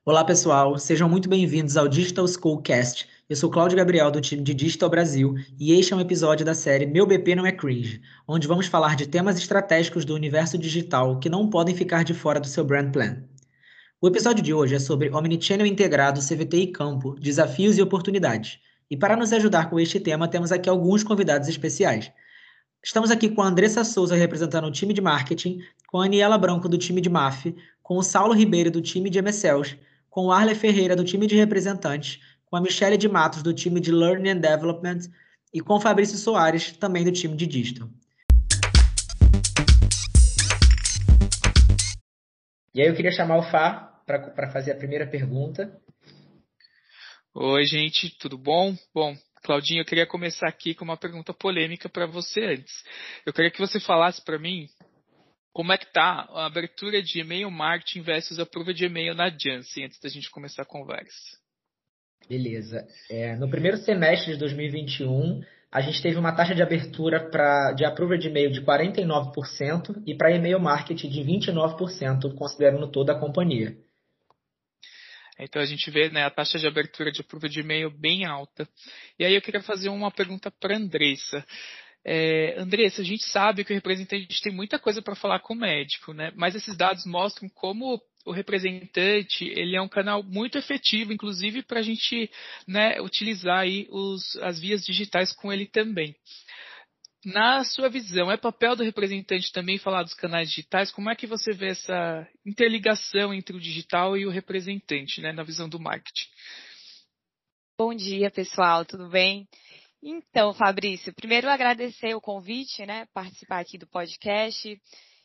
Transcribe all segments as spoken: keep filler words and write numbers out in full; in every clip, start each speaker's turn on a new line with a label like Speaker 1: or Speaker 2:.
Speaker 1: Olá, pessoal. Sejam muito bem-vindos ao Digital Schoolcast. Eu sou Cláudio Gabriel, do time de Digital Brasil, e este é um episódio da série Meu B P Não É Cringe, onde vamos falar de temas estratégicos do universo digital que não podem ficar de fora do seu brand plan. O episódio de hoje é sobre Omnichannel Integrado, C V T e Campo, desafios e oportunidades. E para nos ajudar com este tema, temos aqui alguns convidados especiais. Estamos aqui com a Andressa Souza, representando o time de marketing, com a Aniela Branco, do time de M A F, com o Saulo Ribeiro, do time de M S Ls, com o Arle Ferreira, do time de representantes, com a Michele de Matos, do time de Learning and Development, e com o Fabrício Soares, também do time de Digital. E aí eu queria chamar o Fá para fazer a primeira pergunta.
Speaker 2: Oi, gente, tudo bom? Bom, Claudinho, eu queria começar aqui com uma pergunta polêmica para você antes. Eu queria que você falasse para mim como é que tá a abertura de e-mail marketing versus a prova de e-mail na Janssen, antes da gente começar a conversa.
Speaker 1: Beleza. É, no primeiro semestre de dois mil e vinte e um, a gente teve uma taxa de abertura pra, de approval de e-mail de quarenta e nove por cento e para e-mail marketing de vinte e nove por cento, considerando toda a companhia.
Speaker 2: Então a gente vê, né, a taxa de abertura de prova de e-mail bem alta. E aí eu queria fazer uma pergunta para a Andressa. É, Andressa, a gente sabe que o representante tem muita coisa para falar com o médico, né? Mas esses dados mostram como o representante ele é um canal muito efetivo, inclusive para a gente, né, utilizar aí os, as vias digitais com ele também. Na sua visão, é papel do representante também falar dos canais digitais? Como é que você vê essa interligação entre o digital e o representante, né, na visão do marketing?
Speaker 3: Bom dia, pessoal, tudo bem? Então, Fabrício, primeiro agradecer o convite, né, participar aqui do podcast.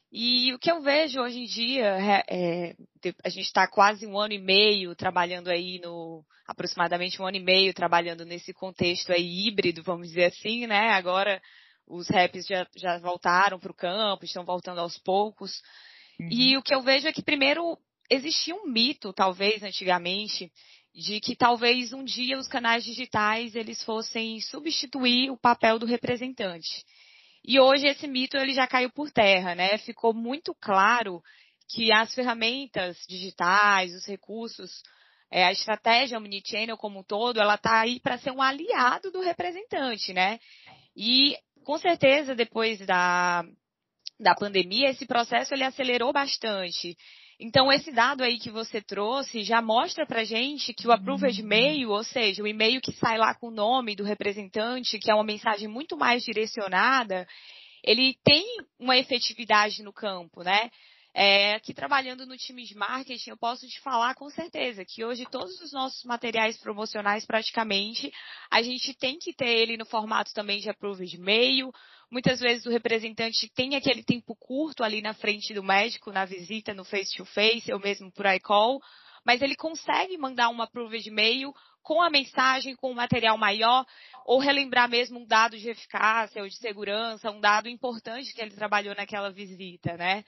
Speaker 3: E o que eu vejo hoje em dia, é, a gente está quase um ano e meio trabalhando aí no, aproximadamente um ano e meio trabalhando nesse contexto aí híbrido, vamos dizer assim, né? Agora os raps já, já voltaram para o campo, estão voltando aos poucos. Uhum. E o que eu vejo é que primeiro existia um mito, talvez antigamente, de que talvez um dia os canais digitais eles fossem substituir o papel do representante. E hoje esse mito ele já caiu por terra, né? Ficou muito claro que as ferramentas digitais, os recursos, é, a estratégia omnichannel como um todo, ela está aí para ser um aliado do representante, né? E com certeza depois da, da pandemia esse processo ele acelerou bastante. Então, esse dado aí que você trouxe já mostra pra gente que o approved e-mail, ou seja, o e-mail que sai lá com o nome do representante, que é uma mensagem muito mais direcionada, ele tem uma efetividade no campo, né? É, aqui trabalhando no time de marketing, eu posso te falar com certeza que hoje todos os nossos materiais promocionais, praticamente, a gente tem que ter ele no formato também de approved e-mail. Muitas vezes o representante tem aquele tempo curto ali na frente do médico, na visita, no face-to-face, ou mesmo por iCall, mas ele consegue mandar uma approved e-mail com a mensagem, com o material maior, ou relembrar mesmo um dado de eficácia ou de segurança, um dado importante que ele trabalhou naquela visita, né?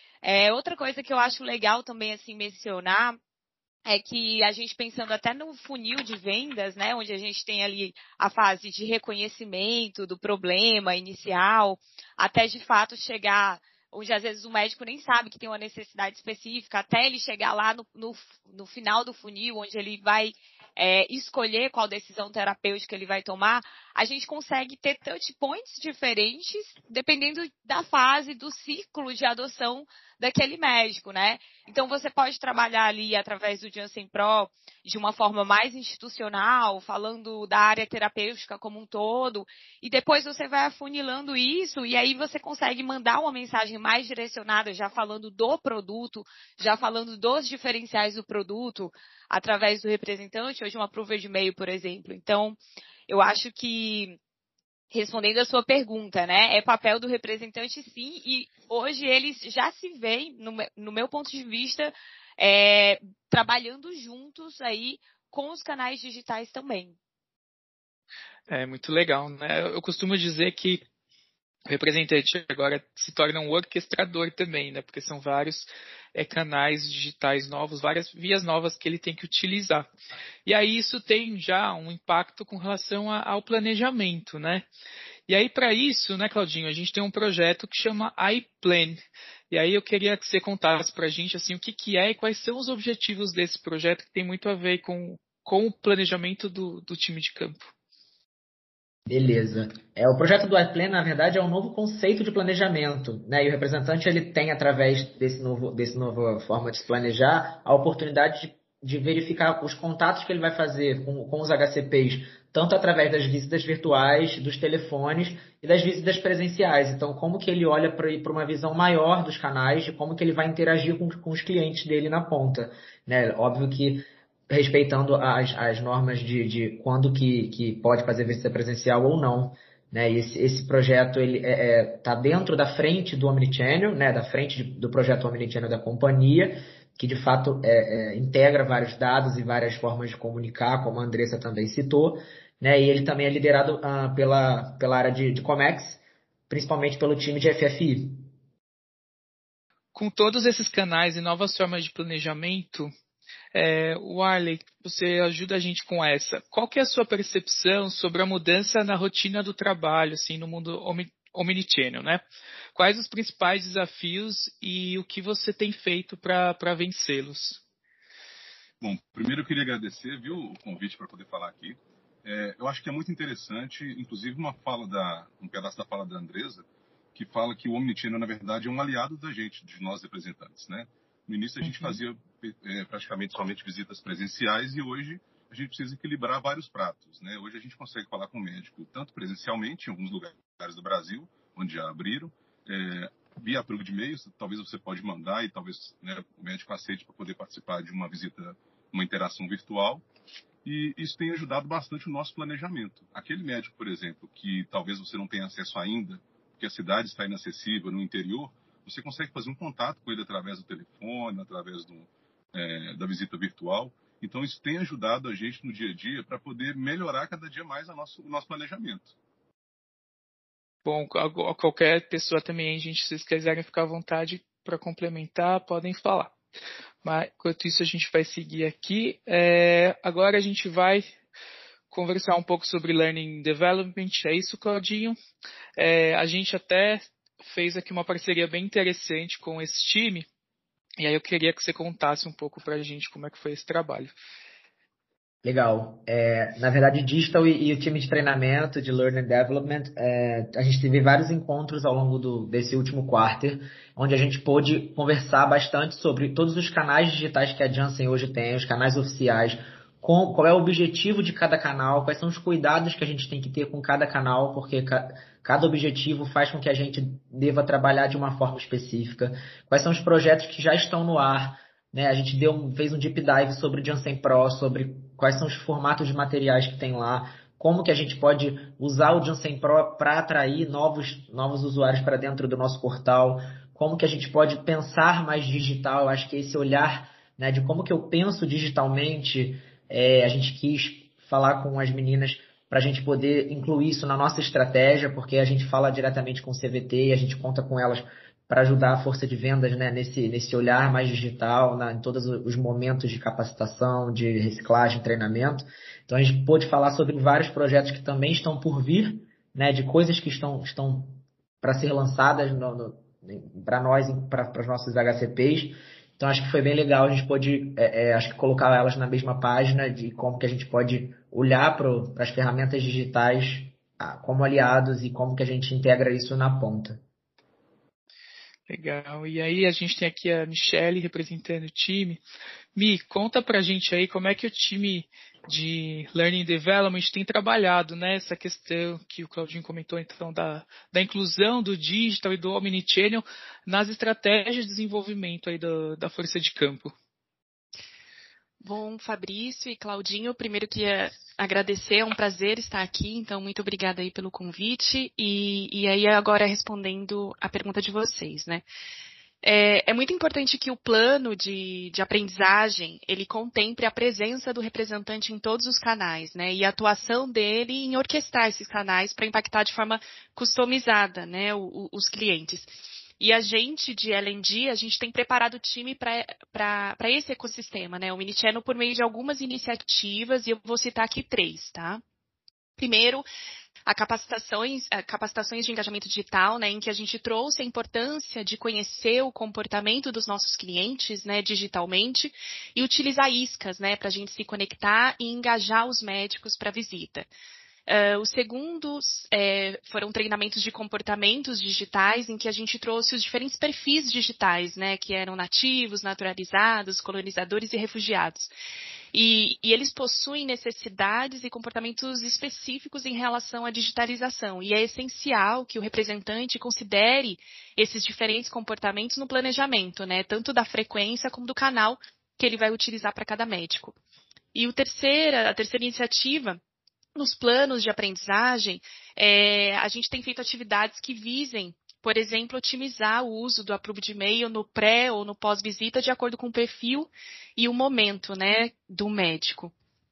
Speaker 3: É, outra coisa que eu acho legal também, assim, mencionar é que a gente pensando até no funil de vendas, né, onde a gente tem ali a fase de reconhecimento do problema inicial, até de fato chegar, onde às vezes o médico nem sabe que tem uma necessidade específica, até ele chegar lá no, no, no final do funil, onde ele vai é, escolher qual decisão terapêutica ele vai tomar, a gente consegue ter touch points diferentes, dependendo da fase, do ciclo de adoção daquele médico, né? Então, você pode trabalhar ali através do Janssen Pro de uma forma mais institucional, falando da área terapêutica como um todo, e depois você vai afunilando isso, e aí você consegue mandar uma mensagem mais direcionada, já falando do produto, já falando dos diferenciais do produto, através do representante, ou de uma prova de e-mail, por exemplo. Então, eu acho que, respondendo a sua pergunta, né, é papel do representante sim, e hoje eles já se veem, no, no meu ponto de vista, é, trabalhando juntos aí com os canais digitais também.
Speaker 2: É muito legal, né? Eu costumo dizer que o representante agora se torna um orquestrador também, né? Porque são vários é, canais digitais novos, várias vias novas que ele tem que utilizar. E aí isso tem já um impacto com relação a, ao planejamento, né? E aí para isso, né, Claudinho, a gente tem um projeto que chama iPlan. E aí eu queria que você contasse para a gente assim, o que, que é e quais são os objetivos desse projeto que tem muito a ver com, com o planejamento do, do time de campo.
Speaker 1: Beleza. É, o projeto do iPlan, na verdade, é um novo conceito de planejamento, né? E o representante ele tem, através desse novo, desse nova forma de se planejar, a oportunidade de, de verificar os contatos que ele vai fazer com, com os H C Ps, tanto através das visitas virtuais, dos telefones e das visitas presenciais. Então, como que ele olha para uma visão maior dos canais, de como que ele vai interagir com, com os clientes dele na ponta, né? Óbvio que respeitando as, as normas de, de quando que, que pode fazer visita presencial ou não. Né? E esse, esse projeto ele está é, é, tá dentro da frente do Omnichannel, né? Da frente de, do projeto Omnichannel da companhia, que de fato é, é, integra vários dados e várias formas de comunicar, como a Andressa também citou. Né? E ele também é liderado ah, pela, pela área de, de Comex, principalmente pelo time de F F I.
Speaker 2: Com todos esses canais e novas formas de planejamento, É, Warley, você ajuda a gente com essa. Qual que é a sua percepção sobre a mudança na rotina do trabalho, assim, no mundo omnichannel, né? Quais os principais desafios e o que você tem feito para vencê-los?
Speaker 4: Bom, primeiro eu queria agradecer, viu, o convite para poder falar aqui. É, eu acho que é muito interessante, inclusive uma fala da, um pedaço da fala da Andressa, que fala que o omnichannel, na verdade, é um aliado da gente, de nós representantes, né? No início a gente fazia é, praticamente somente visitas presenciais e hoje a gente precisa equilibrar vários pratos, né? Hoje a gente consegue falar com o médico tanto presencialmente em alguns lugares do Brasil, onde já abriram, é, via apelo de e-mails, talvez você pode mandar e talvez, né, o médico aceite para poder participar de uma visita, uma interação virtual. E isso tem ajudado bastante o nosso planejamento. Aquele médico, por exemplo, que talvez você não tenha acesso ainda, porque a cidade está inacessível no interior, você consegue fazer um contato com ele através do telefone, através do, é, da visita virtual. Então, isso tem ajudado a gente no dia a dia para poder melhorar cada dia mais a nosso, o nosso planejamento.
Speaker 2: Bom, a qualquer pessoa também, gente, se vocês quiserem ficar à vontade para complementar, podem falar. Mas, enquanto isso, a gente vai seguir aqui. É, agora a gente vai conversar um pouco sobre Learning Development. É isso, Claudinho? É, a gente até fez aqui uma parceria bem interessante com esse time, e aí eu queria que você contasse um pouco para a gente como é que foi esse trabalho.
Speaker 1: Legal. É, na verdade, Digital e, e o time de treinamento de Learning Development, é, a gente teve vários encontros ao longo do, desse último quarter, onde a gente pôde conversar bastante sobre todos os canais digitais que a Janssen hoje tem, os canais oficiais, com, qual é o objetivo de cada canal, quais são os cuidados que a gente tem que ter com cada canal, porque ca, cada objetivo faz com que a gente deva trabalhar de uma forma específica, quais são os projetos que já estão no ar, né? A gente deu, fez um deep dive sobre o Janssen Pro, sobre quais são os formatos de materiais que tem lá, como que a gente pode usar o Janssen Pro para atrair novos, novos usuários para dentro do nosso portal, como que a gente pode pensar mais digital. Eu acho que esse olhar, né, de como que eu penso digitalmente, é, a gente quis falar com as meninas para a gente poder incluir isso na nossa estratégia, porque a gente fala diretamente com o C V T e a gente conta com elas para ajudar a força de vendas, né, nesse, nesse olhar mais digital, na, em todos os momentos de capacitação, de reciclagem, treinamento. Então a gente pôde falar sobre vários projetos que também estão por vir, né, de coisas que estão, estão para ser lançadas para nós, para os nossos H C Ps. Então acho que foi bem legal, a gente pôde, é, é, acho que colocar elas na mesma página de como que a gente pode olhar para as ferramentas digitais ah, como aliados e como que a gente integra isso na ponta.
Speaker 2: Legal. E aí a gente tem aqui a Michelle representando o time. Mi, conta pra gente aí como é que o time de Learning Development tem trabalhado nessa questão que o Claudinho comentou, então, da, da inclusão do digital e do omnichannel nas estratégias de desenvolvimento aí do, da força de campo.
Speaker 5: Bom, Fabrício e Claudinho, primeiro queria agradecer, é um prazer estar aqui, então muito obrigada aí pelo convite, e, e aí agora respondendo a pergunta de vocês, né? É, é muito importante que o plano de, de aprendizagem, ele contemple a presença do representante em todos os canais, né? E a atuação dele em orquestrar esses canais para impactar de forma customizada, né, o, o, os clientes. E a gente, de L and D, a gente tem preparado o time para esse ecossistema, né? O Omnichannel por meio de algumas iniciativas, e eu vou citar aqui três, tá? Primeiro, a capacitações, a capacitações de engajamento digital, né, em que a gente trouxe a importância de conhecer o comportamento dos nossos clientes, né, digitalmente, e utilizar iscas, né, para a gente se conectar e engajar os médicos para a visita. Uh, os segundos é, foram treinamentos de comportamentos digitais, em que a gente trouxe os diferentes perfis digitais, né, que eram nativos, naturalizados, colonizadores e refugiados. E, e eles possuem necessidades e comportamentos específicos em relação à digitalização. E é essencial que o representante considere esses diferentes comportamentos no planejamento, né, tanto da frequência como do canal que ele vai utilizar para cada médico. E o terceira, a terceira iniciativa, nos planos de aprendizagem, é, a gente tem feito atividades que visem, por exemplo, otimizar o uso do Approved Email no pré ou no pós-visita de acordo com o perfil e o momento, né, do médico.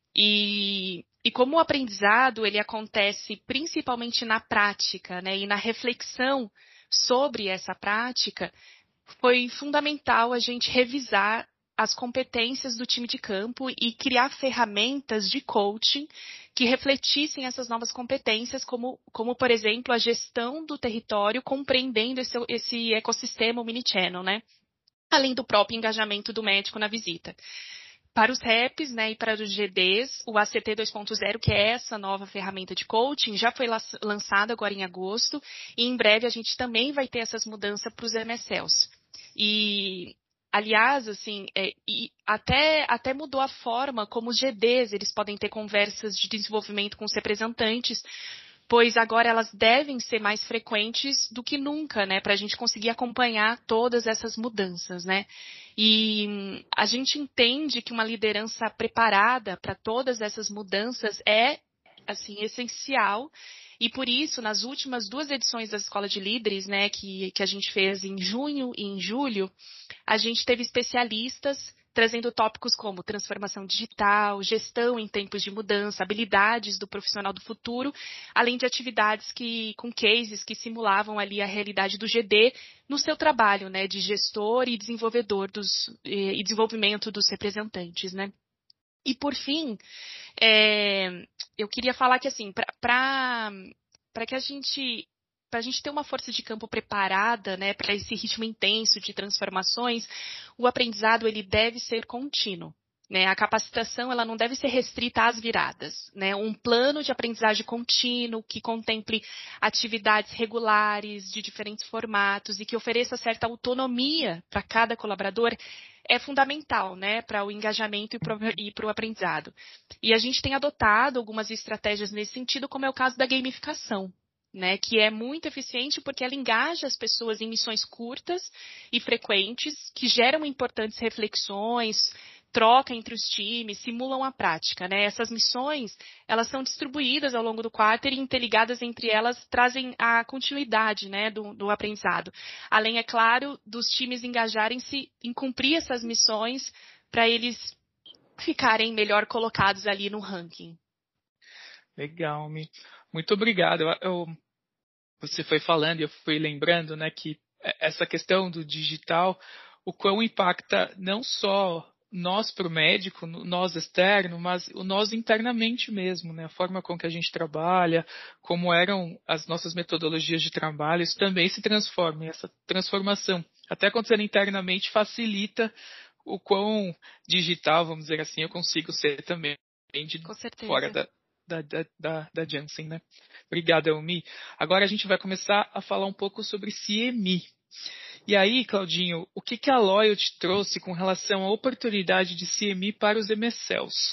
Speaker 5: E, e como o aprendizado ele acontece principalmente na prática, né, e na reflexão sobre essa prática, foi fundamental a gente revisar as competências do time de campo e criar ferramentas de coaching que refletissem essas novas competências, como, como por exemplo, a gestão do território, compreendendo esse, esse ecossistema omnichannel, né? Além do próprio engajamento do médico na visita. Para os R E Ps, né, e para os G Ds, o A C T dois ponto zero, que é essa nova ferramenta de coaching, já foi lançado agora em agosto, e em breve a gente também vai ter essas mudanças para os M S Ls. E aliás, assim, é, e até, até mudou a forma como os G Ds eles podem ter conversas de desenvolvimento com os representantes, pois agora elas devem ser mais frequentes do que nunca, né, para a gente conseguir acompanhar todas essas mudanças, né. E hum, a gente entende que uma liderança preparada para todas essas mudanças é, assim, essencial. E por isso, nas últimas duas edições da Escola de Líderes, né, que, que a gente fez em junho e em julho, a gente teve especialistas trazendo tópicos como transformação digital, gestão em tempos de mudança, habilidades do profissional do futuro, além de atividades que, com cases que simulavam ali a realidade do G D no seu trabalho, né, de gestor e desenvolvedor dos, e desenvolvimento dos representantes, né. E por fim, é, eu queria falar que assim, para que a gente, para a gente ter uma força de campo preparada, né, para esse ritmo intenso de transformações, o aprendizado ele deve ser contínuo. Né, a capacitação ela não deve ser restrita às viradas. Né, um plano de aprendizagem contínuo que contemple atividades regulares de diferentes formatos e que ofereça certa autonomia para cada colaborador é fundamental, né, para o engajamento e para o aprendizado. E a gente tem adotado algumas estratégias nesse sentido, como é o caso da gamificação, né, que é muito eficiente porque ela engaja as pessoas em missões curtas e frequentes, que geram importantes reflexões, troca entre os times, simulam a prática, né? Essas missões, elas são distribuídas ao longo do quarter e interligadas entre elas trazem a continuidade, né, do, do aprendizado. Além, é claro, dos times engajarem-se em cumprir essas missões para eles ficarem melhor colocados ali no ranking.
Speaker 2: Legal, Mi. Muito obrigado. Eu, eu, você foi falando e eu fui lembrando, né, que essa questão do digital, o quão impacta não só nós para o médico, nós externo, mas o nós internamente mesmo, né? A forma com que a gente trabalha, como eram as nossas metodologias de trabalho, isso também se transforma. E essa transformação, até acontecendo internamente, facilita o quão digital, vamos dizer assim, eu consigo ser também de fora da, da, da, da, da Janssen, né? Obrigada, Elmi. Agora a gente vai começar a falar um pouco sobre C M I. E aí, Claudinho, o que, que a Loyalty trouxe com relação à oportunidade de C M I para os M S Ls?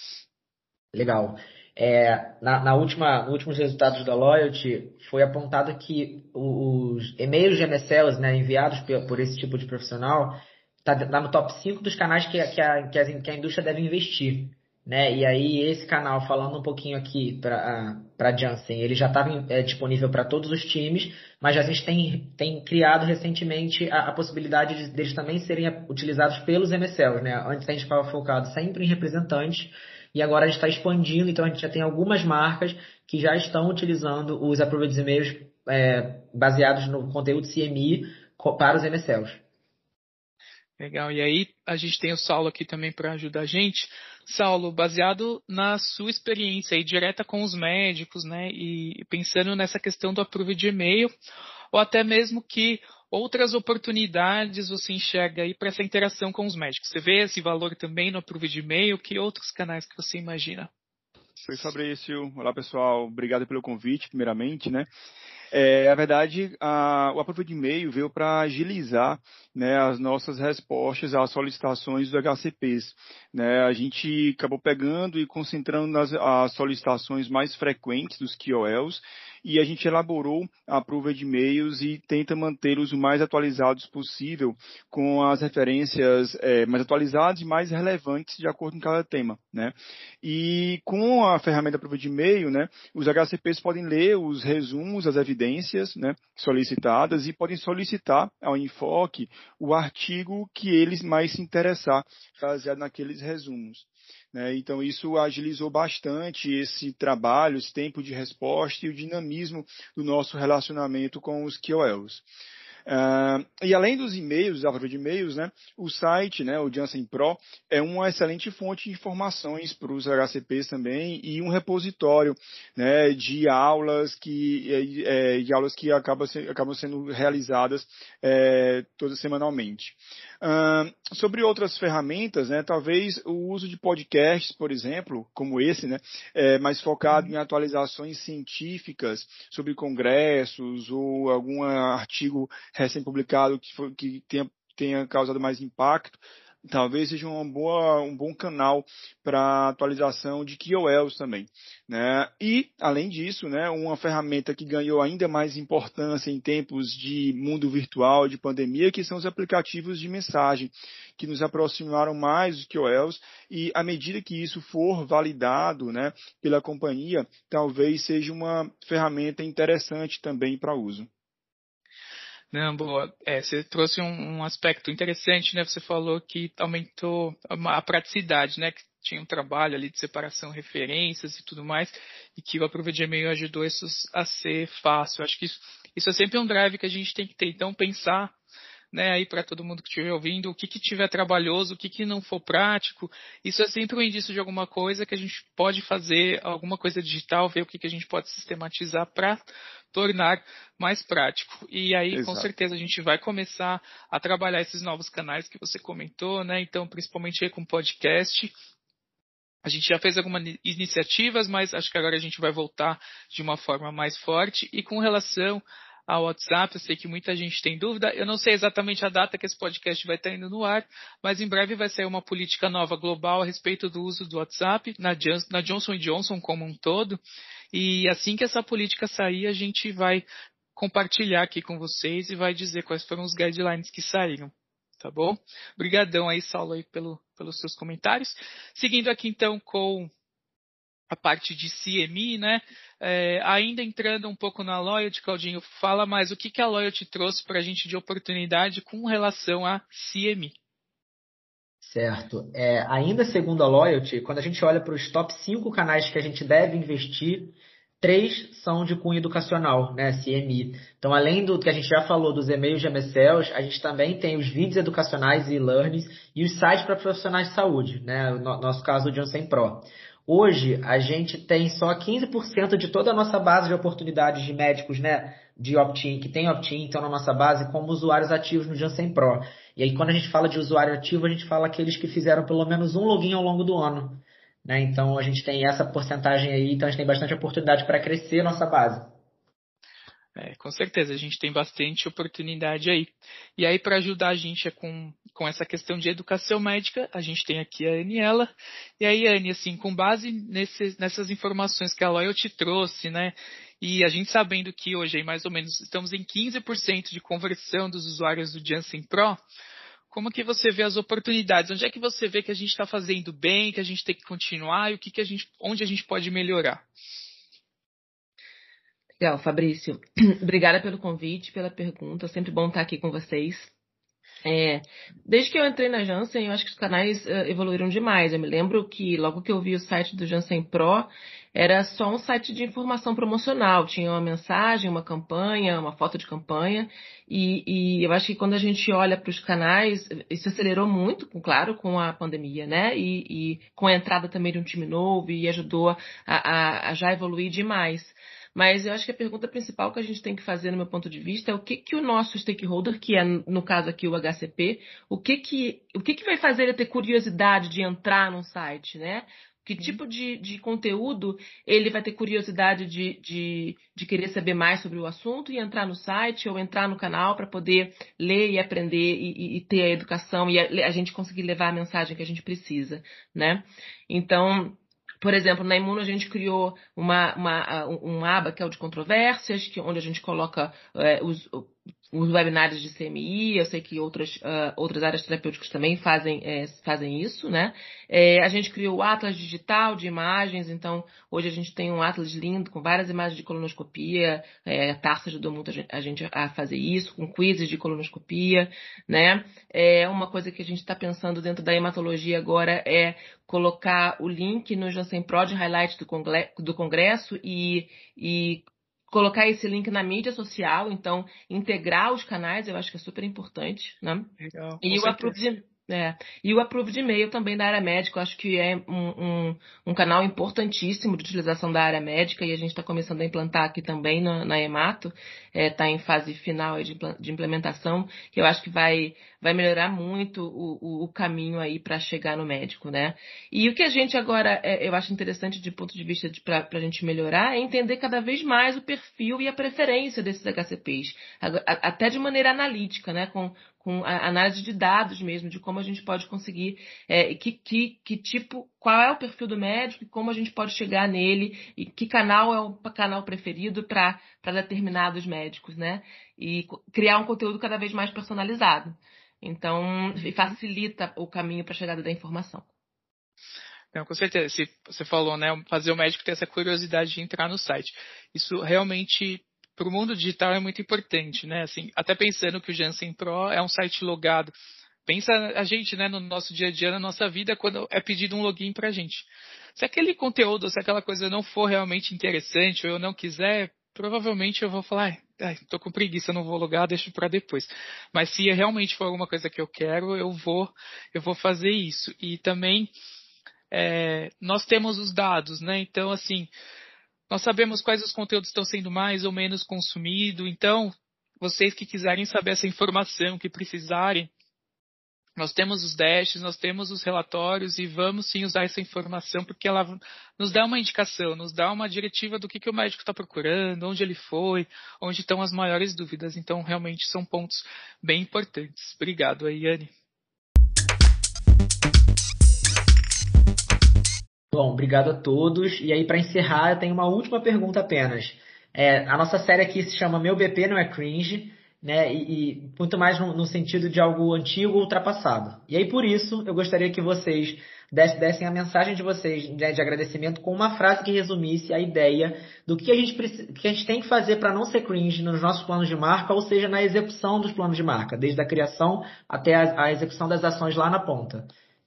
Speaker 1: Legal. É, na, na última, nos últimos resultados da Loyalty, foi apontado que os e-mails de M S Ls, né, enviados por, por esse tipo de profissional está tá no top cinco dos canais que, que, a, que, a, que a indústria deve investir. Né? E aí esse canal, falando um pouquinho aqui para a Janssen, ele já estava é, disponível para todos os times, mas a gente tem, tem criado recentemente a, a possibilidade de, deles também serem utilizados pelos M S Ls. Né? Antes a gente estava focado sempre em representantes e agora a gente está expandindo, então a gente já tem algumas marcas que já estão utilizando os Approved E-mails é, baseados no conteúdo C M I para os M S Ls.
Speaker 2: Legal, e aí a gente tem o Saulo aqui também para ajudar a gente. Saulo, baseado na sua experiência aí direta com os médicos, né, e pensando nessa questão do approve de e-mail, ou até mesmo que outras oportunidades você enxerga aí para essa interação com os médicos. Você vê esse valor também no approve de e-mail? Que outros canais que você imagina?
Speaker 6: Oi, Fabrício. Olá, pessoal. Obrigado pelo convite, primeiramente, né? É, na verdade, a, o approve de e-mail veio para agilizar, né, as nossas respostas às solicitações dos H C Ps. Né? A gente acabou pegando e concentrando nas as solicitações mais frequentes dos Q O Ls e a gente elaborou a approve de e-mails e tenta mantê-los o mais atualizados possível com as referências é, mais atualizadas e mais relevantes de acordo com cada tema. Né? E com a ferramenta approve de e-mail, né, os H C Ps podem ler os resumos, as evidências, né, solicitadas e podem solicitar ao Enfoque o artigo que eles mais se interessar, baseado naqueles resumos. Né? Então, isso agilizou bastante esse trabalho, esse tempo de resposta e o dinamismo do nosso relacionamento com os Q O Ls. Uh, e além dos e-mails, da approve de e-mails, né, o site, né, o Janssen Pro, é uma excelente fonte de informações para os H C Ps também e um repositório, né, de aulas que, é, de aulas que acabam, se, acabam sendo realizadas é, todas semanalmente. Uh, sobre outras ferramentas, né, talvez o uso de podcasts, por exemplo, como esse, né, é, mais focado em atualizações científicas sobre congressos ou algum artigo recém-publicado que, foi, que tenha, tenha causado mais impacto, talvez seja uma boa, um bom canal para atualização de Q O Ls também. Né? E, além disso, né, uma ferramenta que ganhou ainda mais importância em tempos de mundo virtual, de pandemia, que são os aplicativos de mensagem, que nos aproximaram mais dos Q O Ls e, à medida que isso for validado, né, pela companhia, talvez seja uma ferramenta interessante também para uso.
Speaker 2: Não, boa. É, você trouxe um, um aspecto interessante, né? Você falou que aumentou a, a praticidade, né? Que tinha um trabalho ali de separação, referências e tudo mais, e que o approve de e-mail ajudou isso a ser fácil. Acho que isso, isso é sempre um drive que a gente tem que ter. Então, pensar, né, aí para todo mundo que estiver ouvindo, o que que tiver trabalhoso, o que que não for prático, isso é sempre um indício de alguma coisa que a gente pode fazer, alguma coisa digital, ver o que que a gente pode sistematizar para tornar mais prático. E aí, Exato. Com certeza, a gente vai começar a trabalhar esses novos canais que você comentou, né? Então, principalmente aí com podcast. A gente já fez algumas iniciativas, mas acho que agora a gente vai voltar de uma forma mais forte. E com relação ao WhatsApp, eu sei que muita gente tem dúvida. Eu não sei exatamente a data que esse podcast vai estar indo no ar, mas em breve vai sair uma política nova global a respeito do uso do WhatsApp na, na Johnson and Johnson como um todo. E assim que essa política sair, a gente vai compartilhar aqui com vocês e vai dizer quais foram os guidelines que saíram. Tá bom? Obrigadão aí, Saulo, aí pelo, pelos seus comentários. Seguindo aqui então com a parte de C M I, né? É, ainda entrando um pouco na Loyalty, Claudinho, fala mais o que, que a Loyalty trouxe para a gente de oportunidade com relação a C M I.
Speaker 1: Certo. É, ainda segundo a Loyalty, quando a gente olha para os top cinco canais que a gente deve investir, três são de cunho educacional, né, C M I. Então, além do que a gente já falou dos e-mails de M S Ls, a gente também tem os vídeos educacionais e e-learnings e os sites para profissionais de saúde, né, no nosso caso o Janssen Pro. Hoje, a gente tem só quinze por cento de toda a nossa base de oportunidades de médicos, né, de opt-in, que tem opt-in, então, na nossa base, como usuários ativos no Janssen Pro. E aí, quando a gente fala de usuário ativo, a gente fala aqueles que fizeram pelo menos um login ao longo do ano. Né? Então, a gente tem essa porcentagem aí, então a gente tem bastante oportunidade para crescer a nossa base.
Speaker 2: É, com certeza, a gente tem bastante oportunidade aí. E aí, para ajudar a gente com, com essa questão de educação médica, a gente tem aqui a Aniela. E aí, Anne, assim, com base nesse, nessas informações que a Loyalty trouxe, né? E a gente sabendo que hoje, aí, mais ou menos, estamos em quinze por cento de conversão dos usuários do Janssen Pro, como que você vê as oportunidades? Onde é que você vê que a gente está fazendo bem, que a gente tem que continuar e o que que a gente, onde a gente pode melhorar?
Speaker 7: Legal, Fabrício. Obrigada pelo convite, pela pergunta. Sempre bom estar aqui com vocês. É, desde que eu entrei na Janssen, eu acho que os canais uh, evoluíram demais. Eu me lembro que logo que eu vi o site do Janssen Pro, era só um site de informação promocional. Tinha uma mensagem, uma campanha, uma foto de campanha. E, e eu acho que quando a gente olha para os canais, isso acelerou muito, claro, com a pandemia, né? E, e com a entrada também de um time novo e ajudou a, a, a já evoluir demais. Mas eu acho que a pergunta principal que a gente tem que fazer, no meu ponto de vista, é o que, que o nosso stakeholder, que é, no caso aqui, o H C P, o que que, o que, que vai fazer ele ter curiosidade de entrar num site, né? Que tipo de, de conteúdo ele vai ter curiosidade de, de, de querer saber mais sobre o assunto e entrar no site ou entrar no canal para poder ler e aprender e, e ter a educação e a, a gente conseguir levar a mensagem que a gente precisa, né? Então... Por exemplo, na Imuno a gente criou uma, uma, um aba que é o de controvérsias, que, onde a gente coloca é, os, os webinários de C M I, eu sei que outras, uh, outras áreas terapêuticas também fazem, é, fazem isso, né? É, a gente criou o Atlas Digital de imagens, então hoje a gente tem um Atlas lindo com várias imagens de colonoscopia, é, a Tarsa ajudou muito a gente, a gente a fazer isso, com quizzes de colonoscopia, né? É, uma coisa que a gente está pensando dentro da hematologia agora é colocar o link no Janssen Pro de highlight do, congre- do congresso e, e colocar esse link na mídia social, então integrar os canais, eu acho que é super importante, né?
Speaker 2: Legal,
Speaker 7: E o Approve de, é, e o Approve de e-mail também da área médica, eu acho que é um, um, um canal importantíssimo de utilização da área médica e a gente está começando a implantar aqui também na, na Hemato, está é, em fase final de, de implementação, que eu acho que vai, vai melhorar muito o, o, o caminho aí para chegar no médico, né? E o que a gente agora, é, eu acho interessante de ponto de vista para a gente melhorar, é entender cada vez mais o perfil e a preferência desses H C Ps, até de maneira analítica, né? Com, com a análise de dados mesmo, de como a gente pode conseguir, é, que, que, que tipo, qual é o perfil do médico e como a gente pode chegar nele e que canal é o canal preferido para determinados médicos, né? E criar um conteúdo cada vez mais personalizado. Então, facilita o caminho para a chegada da informação.
Speaker 2: Não, com certeza. Se você falou, né, fazer o médico ter essa curiosidade de entrar no site. Isso realmente, para o mundo digital, é muito importante, né? Assim, até pensando que o Janssen Pro é um site logado. Pensa a gente, né, no nosso dia a dia, na nossa vida, quando é pedido um login para a gente. Se aquele conteúdo, se aquela coisa não for realmente interessante ou eu não quiser, provavelmente eu vou falar, ai, tô com preguiça, não vou logar, deixo para depois. Mas se realmente for alguma coisa que eu quero, eu vou, eu vou fazer isso. E também É, nós temos os dados, né? Então, assim, nós sabemos quais os conteúdos estão sendo mais ou menos consumidos. Então, vocês que quiserem saber essa informação, que precisarem, nós temos os dashes, nós temos os relatórios e vamos sim usar essa informação porque ela nos dá uma indicação, nos dá uma diretiva do que, que o médico está procurando, onde ele foi, onde estão as maiores dúvidas. Então, realmente são pontos bem importantes. Obrigado, Ayane.
Speaker 1: Bom, obrigado a todos. E aí, para encerrar, eu tenho uma última pergunta apenas. É, a nossa série aqui se chama Meu B P Não É Cringe, né? E, e muito mais no, no sentido de algo antigo ou ultrapassado. E aí, por isso, eu gostaria que vocês dessem, dessem a mensagem de vocês, né, de agradecimento com uma frase que resumisse a ideia do que a gente, que a gente tem que fazer para não ser cringe nos nossos planos de marca, ou seja, na execução dos planos de marca, desde a criação até a, a execução das ações lá na ponta.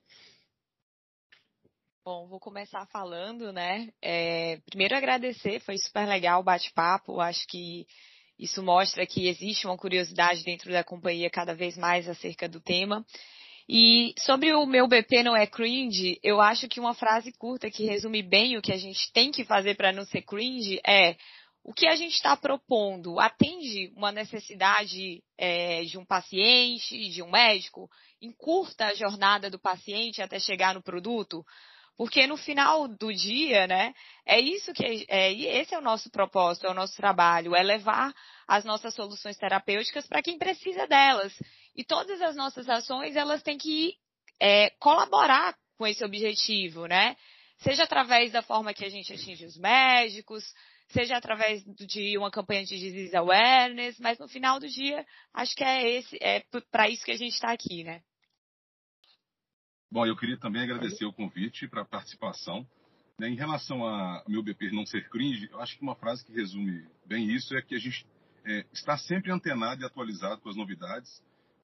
Speaker 3: Bom, vou começar falando, né? É, primeiro agradecer, foi super legal o bate-papo. Acho que isso mostra que existe uma curiosidade dentro da companhia cada vez mais acerca do tema. E sobre o meu B P não é cringe, eu acho que uma frase curta que resume bem o que a gente tem que fazer para não ser cringe é: o que a gente está propondo atende uma necessidade é, de um paciente, de um médico? Encurta a jornada do paciente até chegar no produto? Porque no final do dia, né, é isso que é, esse é o nosso propósito, é o nosso trabalho, é levar as nossas soluções terapêuticas para quem precisa delas. E todas as nossas ações, elas têm que é, colaborar com esse objetivo, né? Seja através da forma que a gente atinge os médicos, seja através de uma campanha de disease awareness, mas no final do dia, acho que é esse, é para isso que a gente está aqui, né?
Speaker 4: Bom, eu queria também agradecer o convite para a participação. Em relação a meu B P não ser cringe, eu acho que uma frase que resume bem isso é que a gente é, está sempre antenado e atualizado com as novidades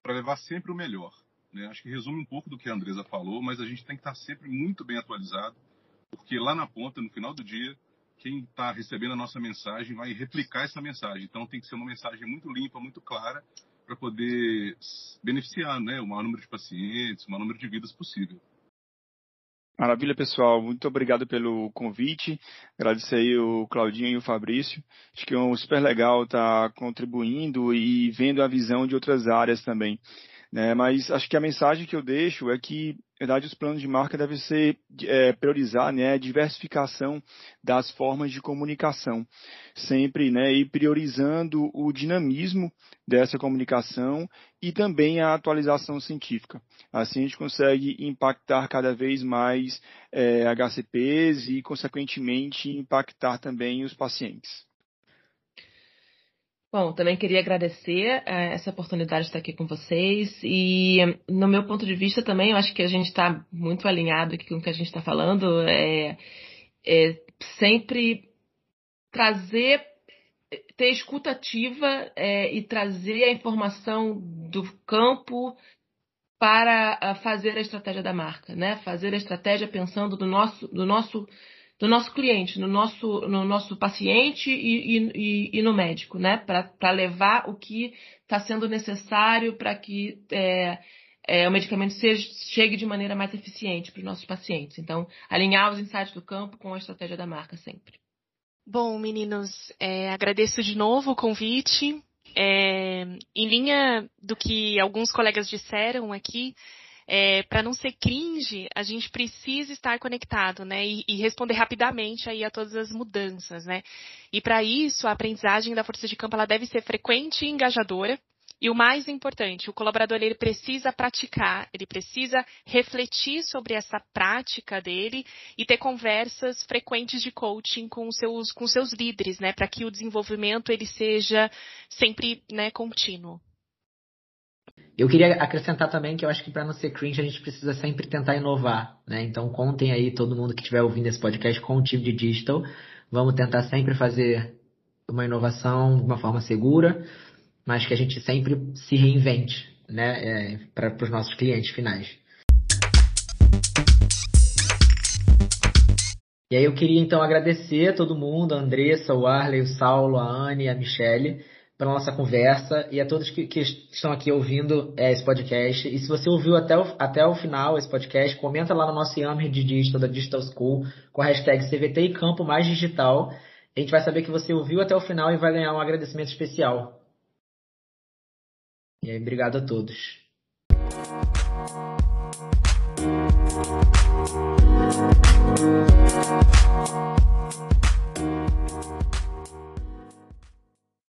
Speaker 4: para levar sempre o melhor. Né? Acho que resume um pouco do que a Andresa falou, mas a gente tem que estar sempre muito bem atualizado, porque lá na ponta, no final do dia, quem está recebendo a nossa mensagem vai replicar essa mensagem. Então tem que ser uma mensagem muito limpa, muito clara, para poder beneficiar, né, o maior número de pacientes, o maior número de vidas possível.
Speaker 6: Maravilha, pessoal. Muito obrigado pelo convite. Agradecer aí o Claudinho e o Fabrício. Acho que é um super legal estar contribuindo e vendo a visão de outras áreas também. Né? Mas acho que a mensagem que eu deixo é que, na verdade, os planos de marca devem ser é, priorizar, né, a diversificação das formas de comunicação, sempre, né, e priorizando o dinamismo dessa comunicação e também a atualização científica. Assim a gente consegue impactar cada vez mais é, H C Ps e, consequentemente, impactar também os pacientes.
Speaker 7: Bom, também queria agradecer uh, essa oportunidade de estar aqui com vocês e, no meu ponto de vista também, eu acho que a gente está muito alinhado aqui com o que a gente está falando, é, é sempre trazer, ter escuta ativa é, e trazer a informação do campo para uh, fazer a estratégia da marca, né? Fazer a estratégia pensando no nosso, no nosso do nosso cliente, no nosso, no nosso paciente e, e, e no médico, né? Para levar o que está sendo necessário para que é, é, o medicamento seja, chegue de maneira mais eficiente para os nossos pacientes. Então, alinhar os insights do campo com a estratégia da marca sempre.
Speaker 5: Bom, meninos, é, agradeço de novo o convite. É, em linha do que alguns colegas disseram aqui, É, para não ser cringe, a gente precisa estar conectado, né, e, e responder rapidamente aí a todas as mudanças, né. E para isso, a aprendizagem da força de campo ela deve ser frequente e engajadora. E o mais importante, o colaborador ele precisa praticar, ele precisa refletir sobre essa prática dele e ter conversas frequentes de coaching com os seus, com seus líderes, né, para que o desenvolvimento ele seja sempre, né, contínuo.
Speaker 1: Eu queria acrescentar também que eu acho que para não ser cringe a gente precisa sempre tentar inovar, né? Então contem aí todo mundo que estiver ouvindo esse podcast com o time de digital. Vamos tentar sempre fazer uma inovação de uma forma segura, mas que a gente sempre se reinvente, né? É, para os nossos clientes finais. E aí eu queria então agradecer a todo mundo, a Andressa, o Arley, o Saulo, a Anne e a Michele, pela nossa conversa e a todos que, que estão aqui ouvindo é, esse podcast. E se você ouviu até o, até o final esse podcast, comenta lá no nosso Yammer de Digital, da Digital School, com a hashtag C V T e Campo Mais Digital. A gente vai saber que você ouviu até o final e vai ganhar um agradecimento especial. E aí, obrigado a todos. Thank you.